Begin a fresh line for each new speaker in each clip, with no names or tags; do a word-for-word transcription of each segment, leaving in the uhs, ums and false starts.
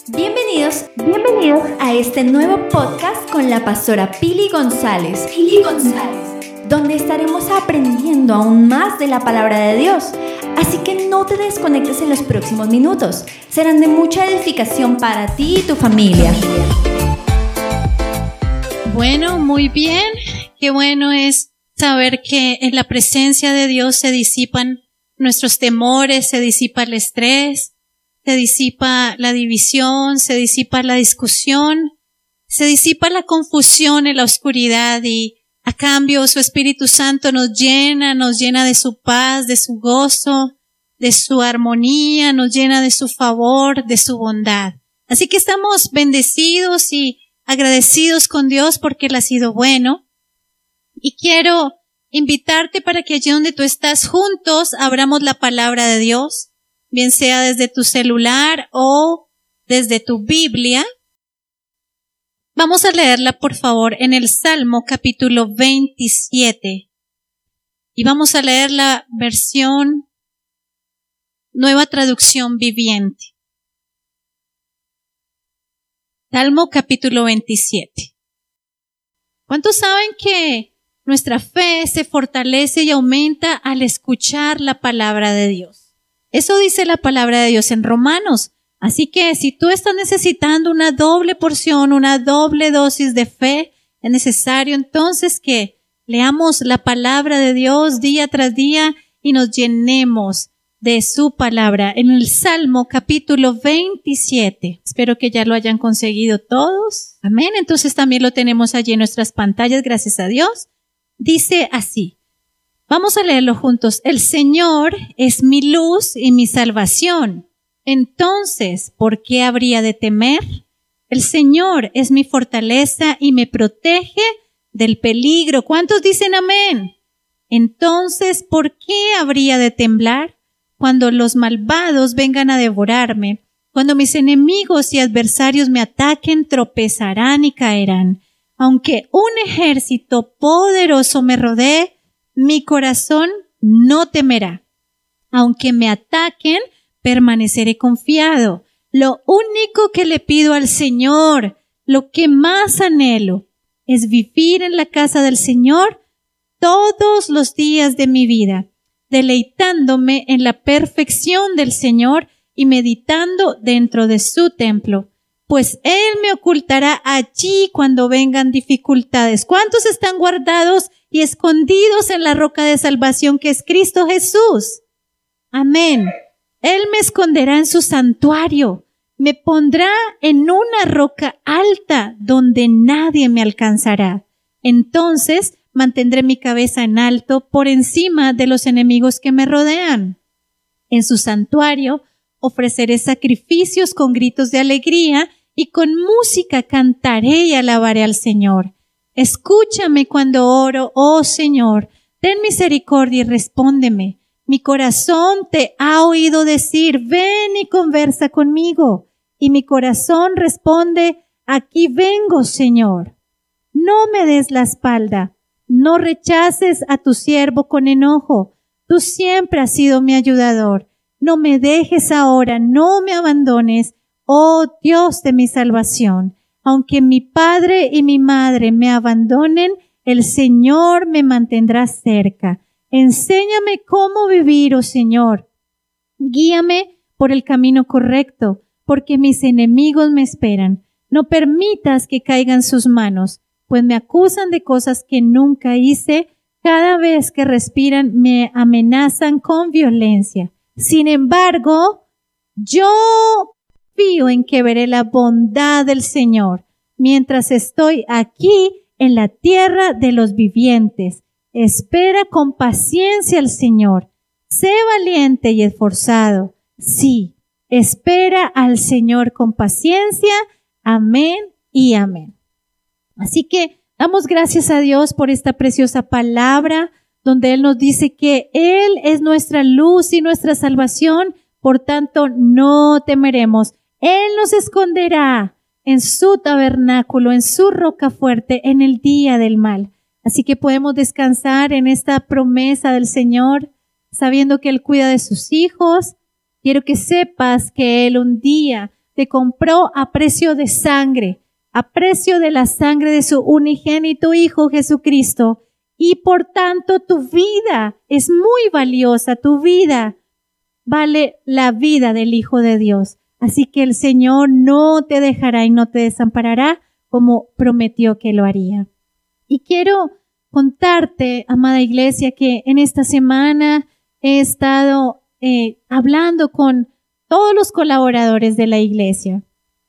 Bienvenidos, bienvenidos a este nuevo podcast con la pastora Pili González. Pili González. Donde estaremos aprendiendo aún más de la palabra de Dios. Así que no te desconectes en los próximos minutos. Serán de mucha edificación para ti y tu familia.
Bueno, muy bien. Qué bueno es saber que en la presencia de Dios se disipan nuestros temores, se disipa el estrés, se disipa la división, se disipa la discusión, se disipa la confusión en la oscuridad y a cambio su Espíritu Santo nos llena, nos llena de su paz, de su gozo, de su armonía, nos llena de su favor, de su bondad. Así que estamos bendecidos y agradecidos con Dios porque Él ha sido bueno. Y quiero invitarte para que allí donde tú estás juntos abramos la palabra de Dios, bien sea desde tu celular o desde tu Biblia. Vamos a leerla, por favor, en el Salmo capítulo veintisiete. Y vamos a leer la versión Nueva Traducción Viviente. Salmo capítulo veintisiete. ¿Cuántos saben que nuestra fe se fortalece y aumenta al escuchar la palabra de Dios? Eso dice la palabra de Dios en Romanos. Así que si tú estás necesitando una doble porción, una doble dosis de fe, es necesario entonces que leamos la palabra de Dios día tras día y nos llenemos de su palabra. En el Salmo capítulo veintisiete. Espero que ya lo hayan conseguido todos. Amén. Entonces también lo tenemos allí en nuestras pantallas, gracias a Dios. Dice así. Vamos a leerlo juntos. El Señor es mi luz y mi salvación. Entonces, ¿por qué habría de temer? El Señor es mi fortaleza y me protege del peligro. ¿Cuántos dicen amén? Entonces, ¿por qué habría de temblar cuando los malvados vengan a devorarme? Cuando mis enemigos y adversarios me ataquen, tropezarán y caerán. Aunque un ejército poderoso me rodee, mi corazón no temerá. Aunque me ataquen, permaneceré confiado. Lo único que le pido al Señor, lo que más anhelo, es vivir en la casa del Señor todos los días de mi vida, deleitándome en la perfección del Señor y meditando dentro de su templo. Pues Él me ocultará allí cuando vengan dificultades. ¿Cuántos están guardados y escondidos en la roca de salvación que es Cristo Jesús? Amén. Él me esconderá en su santuario. Me pondrá en una roca alta donde nadie me alcanzará. Entonces mantendré mi cabeza en alto por encima de los enemigos que me rodean. En su santuario ofreceré sacrificios con gritos de alegría y con música cantaré y alabaré al Señor. Escúchame cuando oro, oh Señor, ten misericordia y respóndeme. Mi corazón te ha oído decir, ven y conversa conmigo. Y mi corazón responde, aquí vengo, Señor. No me des la espalda, no rechaces a tu siervo con enojo. Tú siempre has sido mi ayudador. No me dejes ahora, no me abandones, oh Dios de mi salvación. Aunque mi padre y mi madre me abandonen, el Señor me mantendrá cerca. Enséñame cómo vivir, oh Señor. Guíame por el camino correcto, porque mis enemigos me esperan. No permitas que caigan sus manos, pues me acusan de cosas que nunca hice. Cada vez que respiran me amenazan con violencia. Sin embargo, yo confío en que veré la bondad del Señor mientras estoy aquí en la tierra de los vivientes. Espera con paciencia al Señor. Sé valiente y esforzado. Sí, espera al Señor con paciencia. Amén y amén. Así que damos gracias a Dios por esta preciosa palabra donde Él nos dice que Él es nuestra luz y nuestra salvación. Por tanto, no temeremos. Él nos esconderá en su tabernáculo, en su roca fuerte, en el día del mal. Así que podemos descansar en esta promesa del Señor, sabiendo que Él cuida de sus hijos. Quiero que sepas que Él un día te compró a precio de sangre, a precio de la sangre de su unigénito Hijo Jesucristo. Y por tanto tu vida es muy valiosa, tu vida vale la vida del Hijo de Dios. Así que el Señor no te dejará y no te desamparará como prometió que lo haría. Y quiero contarte, amada iglesia, que en esta semana he estado eh, hablando con todos los colaboradores de la iglesia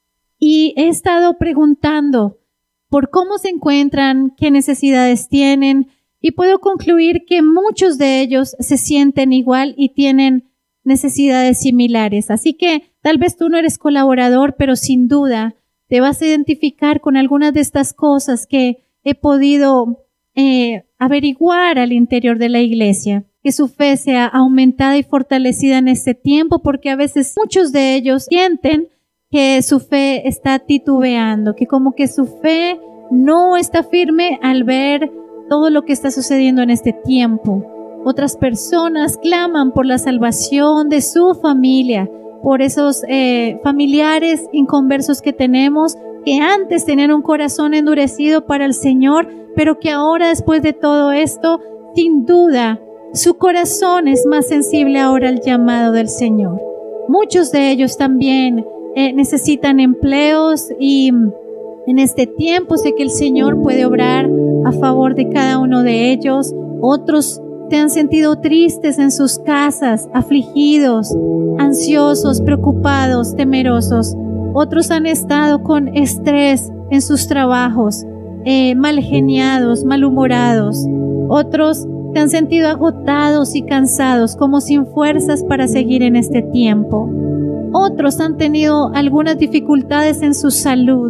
y he estado preguntando por cómo se encuentran, qué necesidades tienen, y puedo concluir que muchos de ellos se sienten igual y tienen necesidades similares. Así que tal vez tú no eres colaborador, pero sin duda te vas a identificar con algunas de estas cosas que he podido eh, averiguar al interior de la iglesia. Que su fe sea aumentada y fortalecida en este tiempo, porque a veces muchos de ellos sienten que su fe está titubeando, que como que su fe no está firme al ver todo lo que está sucediendo en este tiempo. Otras personas claman por la salvación de su familia, por esos eh, familiares inconversos que tenemos, que antes tenían un corazón endurecido para el Señor, pero que ahora, después de todo esto, sin duda, su corazón es más sensible ahora al llamado del Señor. Muchos de ellos también eh, necesitan empleos y en este tiempo sé que el Señor puede obrar a favor de cada uno de ellos. Otros se han sentido tristes en sus casas, afligidos, ansiosos, preocupados, temerosos. Otros han estado con estrés en sus trabajos, eh, mal geniados, malhumorados. Otros se han sentido agotados y cansados, como sin fuerzas para seguir en este tiempo. Otros han tenido algunas dificultades en su salud.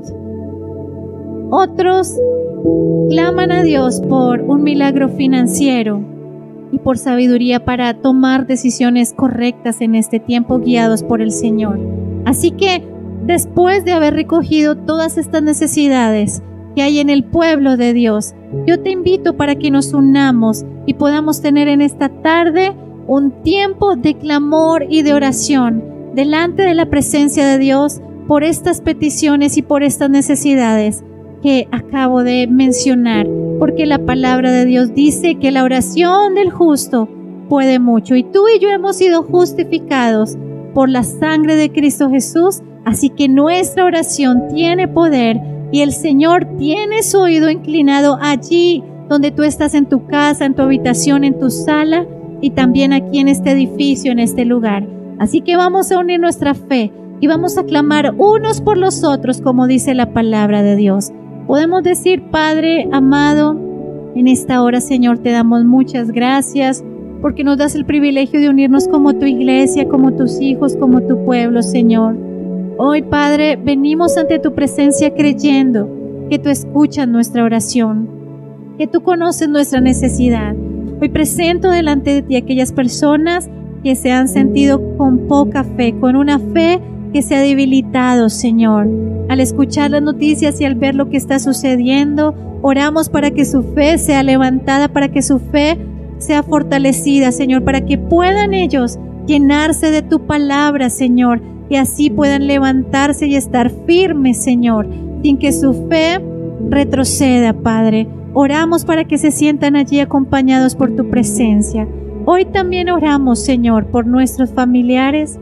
Otros claman a Dios por un milagro financiero y por sabiduría para tomar decisiones correctas en este tiempo, guiados por el Señor. Así que después de haber recogido todas estas necesidades que hay en el pueblo de Dios, yo te invito para que nos unamos y podamos tener en esta tarde un tiempo de clamor y de oración delante de la presencia de Dios por estas peticiones y por estas necesidades que acabo de mencionar, porque la palabra de Dios dice que la oración del justo puede mucho, y tú y yo hemos sido justificados por la sangre de Cristo Jesús, así que nuestra oración tiene poder y el Señor tiene su oído inclinado allí donde tú estás, en tu casa, en tu habitación, en tu sala y también aquí en este edificio, en este lugar. Así que vamos a unir nuestra fe y vamos a clamar unos por los otros, como dice la palabra de Dios. Podemos decir: Padre amado, en esta hora, Señor, te damos muchas gracias porque nos das el privilegio de unirnos como tu iglesia, como tus hijos, como tu pueblo, Señor. Hoy, Padre, venimos ante tu presencia creyendo que tú escuchas nuestra oración, que tú conoces nuestra necesidad. Hoy presento delante de ti aquellas personas que se han sentido con poca fe, con una fe que se ha debilitado, Señor. Al escuchar las noticias y al ver lo que está sucediendo, oramos para que su fe sea levantada, para que su fe sea fortalecida, Señor, para que puedan ellos llenarse de tu palabra, Señor, y así puedan levantarse y estar firmes, Señor, sin que su fe retroceda, Padre. Oramos para que se sientan allí acompañados por tu presencia. Hoy también oramos, Señor, por nuestros familiares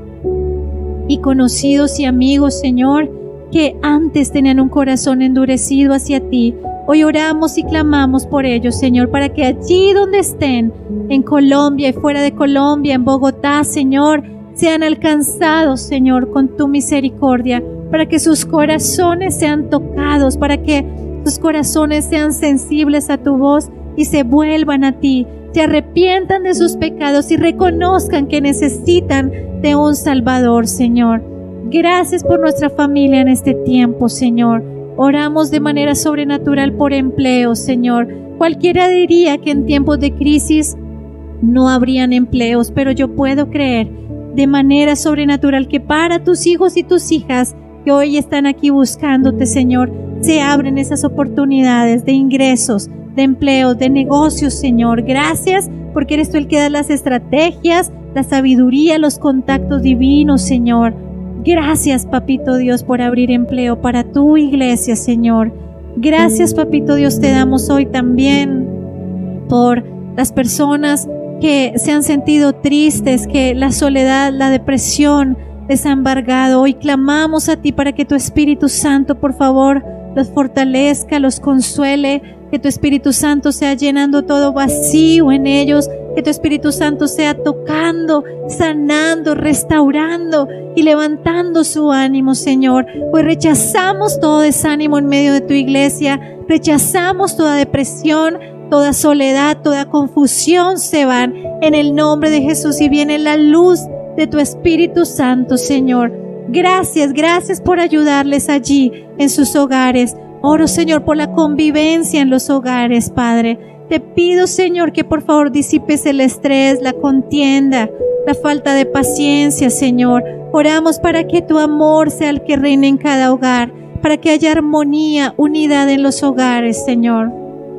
y conocidos y amigos, Señor, que antes tenían un corazón endurecido hacia ti. Hoy oramos y clamamos por ellos, Señor, para que allí donde estén, en Colombia y fuera de Colombia, en Bogotá, Señor, sean alcanzados, Señor, con tu misericordia, para que sus corazones sean tocados, para que sus corazones sean sensibles a tu voz y se vuelvan a ti, se arrepientan de sus pecados y reconozcan que necesitan de un Salvador, Señor. Gracias por nuestra familia en este tiempo, Señor. Oramos de manera sobrenatural por empleo, Señor. Cualquiera diría que en tiempos de crisis no habrían empleos, pero yo puedo creer de manera sobrenatural que para tus hijos y tus hijas que hoy están aquí buscándote, Señor, se abren esas oportunidades de ingresos, de empleo, de negocios, Señor. Gracias porque eres tú el que da las estrategias, la sabiduría, los contactos divinos, Señor. Gracias, Papito Dios, por abrir empleo para tu iglesia, Señor. Gracias, Papito Dios, te damos hoy también por las personas que se han sentido tristes, que la soledad, la depresión les ha embargado. Hoy clamamos a ti para que tu Espíritu Santo, por favor, los fortalezca, los consuele, que tu Espíritu Santo sea llenando todo vacío en ellos, que tu Espíritu Santo sea tocando, sanando, restaurando y levantando su ánimo, Señor. Hoy rechazamos todo desánimo en medio de tu iglesia, rechazamos toda depresión, toda soledad, toda confusión se van en el nombre de Jesús y viene la luz de tu Espíritu Santo, Señor. Gracias, gracias por ayudarles allí en sus hogares. Oro, Señor, por la convivencia en los hogares, Padre. Te pido, Señor, que por favor disipes el estrés, la contienda, la falta de paciencia, Señor. Oramos para que tu amor sea el que reine en cada hogar, para que haya armonía, unidad en los hogares, Señor.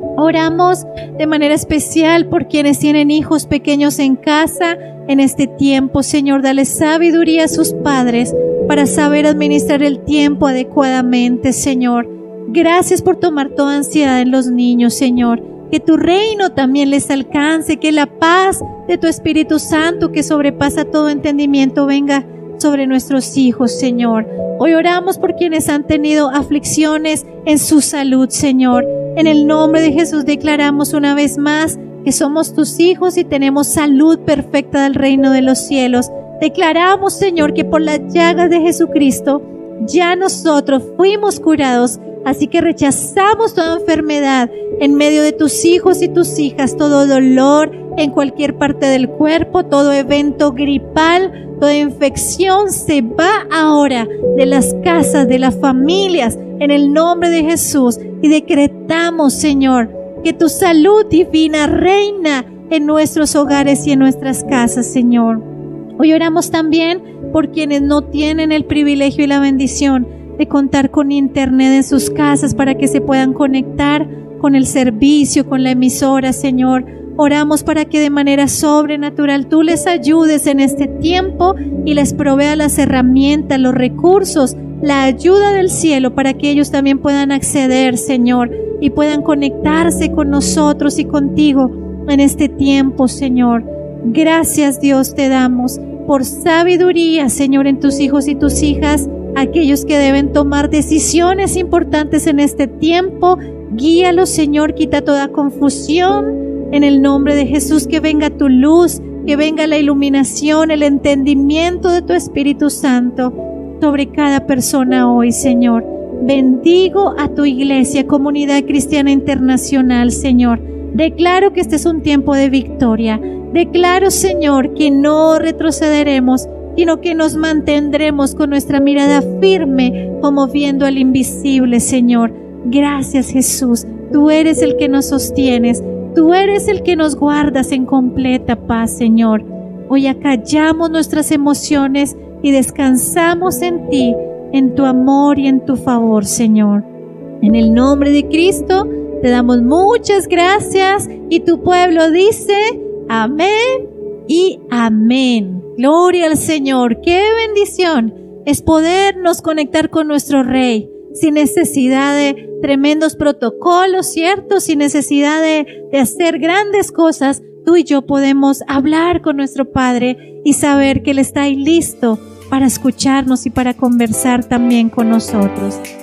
Oramos de manera especial por quienes tienen hijos pequeños en casa en este tiempo, Señor. Dale sabiduría a sus padres para saber administrar el tiempo adecuadamente, Señor. Gracias por tomar toda ansiedad en los niños, Señor. Que tu reino también les alcance, que la paz de tu Espíritu Santo, que sobrepasa todo entendimiento, venga sobre nuestros hijos, Señor. Hoy oramos por quienes han tenido aflicciones en su salud, Señor. En el nombre de Jesús declaramos una vez más que somos tus hijos y tenemos salud perfecta del reino de los cielos. Declaramos, Señor, que por las llagas de Jesucristo ya nosotros fuimos curados. Así que rechazamos toda enfermedad en medio de tus hijos y tus hijas, todo dolor en cualquier parte del cuerpo, todo evento gripal, toda infección se va ahora de las casas, de las familias, en el nombre de Jesús. Y decretamos, Señor, que tu salud divina reina en nuestros hogares y en nuestras casas, Señor. Hoy oramos también por quienes no tienen el privilegio y la bendición de contar con internet en sus casas para que se puedan conectar con el servicio, con la emisora, Señor. Oramos para que de manera sobrenatural tú les ayudes en este tiempo y les provea las herramientas, los recursos, la ayuda del cielo para que ellos también puedan acceder, Señor, y puedan conectarse con nosotros y contigo en este tiempo, Señor. Gracias, Dios, te damos por sabiduría, Señor, en tus hijos y tus hijas, aquellos que deben tomar decisiones importantes en este tiempo. Guíalos, Señor, quita toda confusión. En el nombre de Jesús, que venga tu luz, que venga la iluminación, el entendimiento de tu Espíritu Santo sobre cada persona hoy, Señor. Bendigo a tu iglesia, Comunidad Cristiana Internacional, Señor. Declaro que este es un tiempo de victoria. Declaro, Señor, que no retrocederemos, sino que nos mantendremos con nuestra mirada firme, como viendo al invisible, Señor. Gracias, Jesús. Tú eres el que nos sostienes. Tú eres el que nos guardas en completa paz, Señor. Hoy acallamos nuestras emociones y descansamos en ti, en tu amor y en tu favor, Señor. En el nombre de Cristo te damos muchas gracias y tu pueblo dice amén y amén. Gloria al Señor. Qué bendición es podernos conectar con nuestro Rey sin necesidad de tremendos protocolos, ¿cierto? Sin necesidad de, de hacer grandes cosas. Tú y yo podemos hablar con nuestro Padre y saber que Él está ahí listo para escucharnos y para conversar también con nosotros.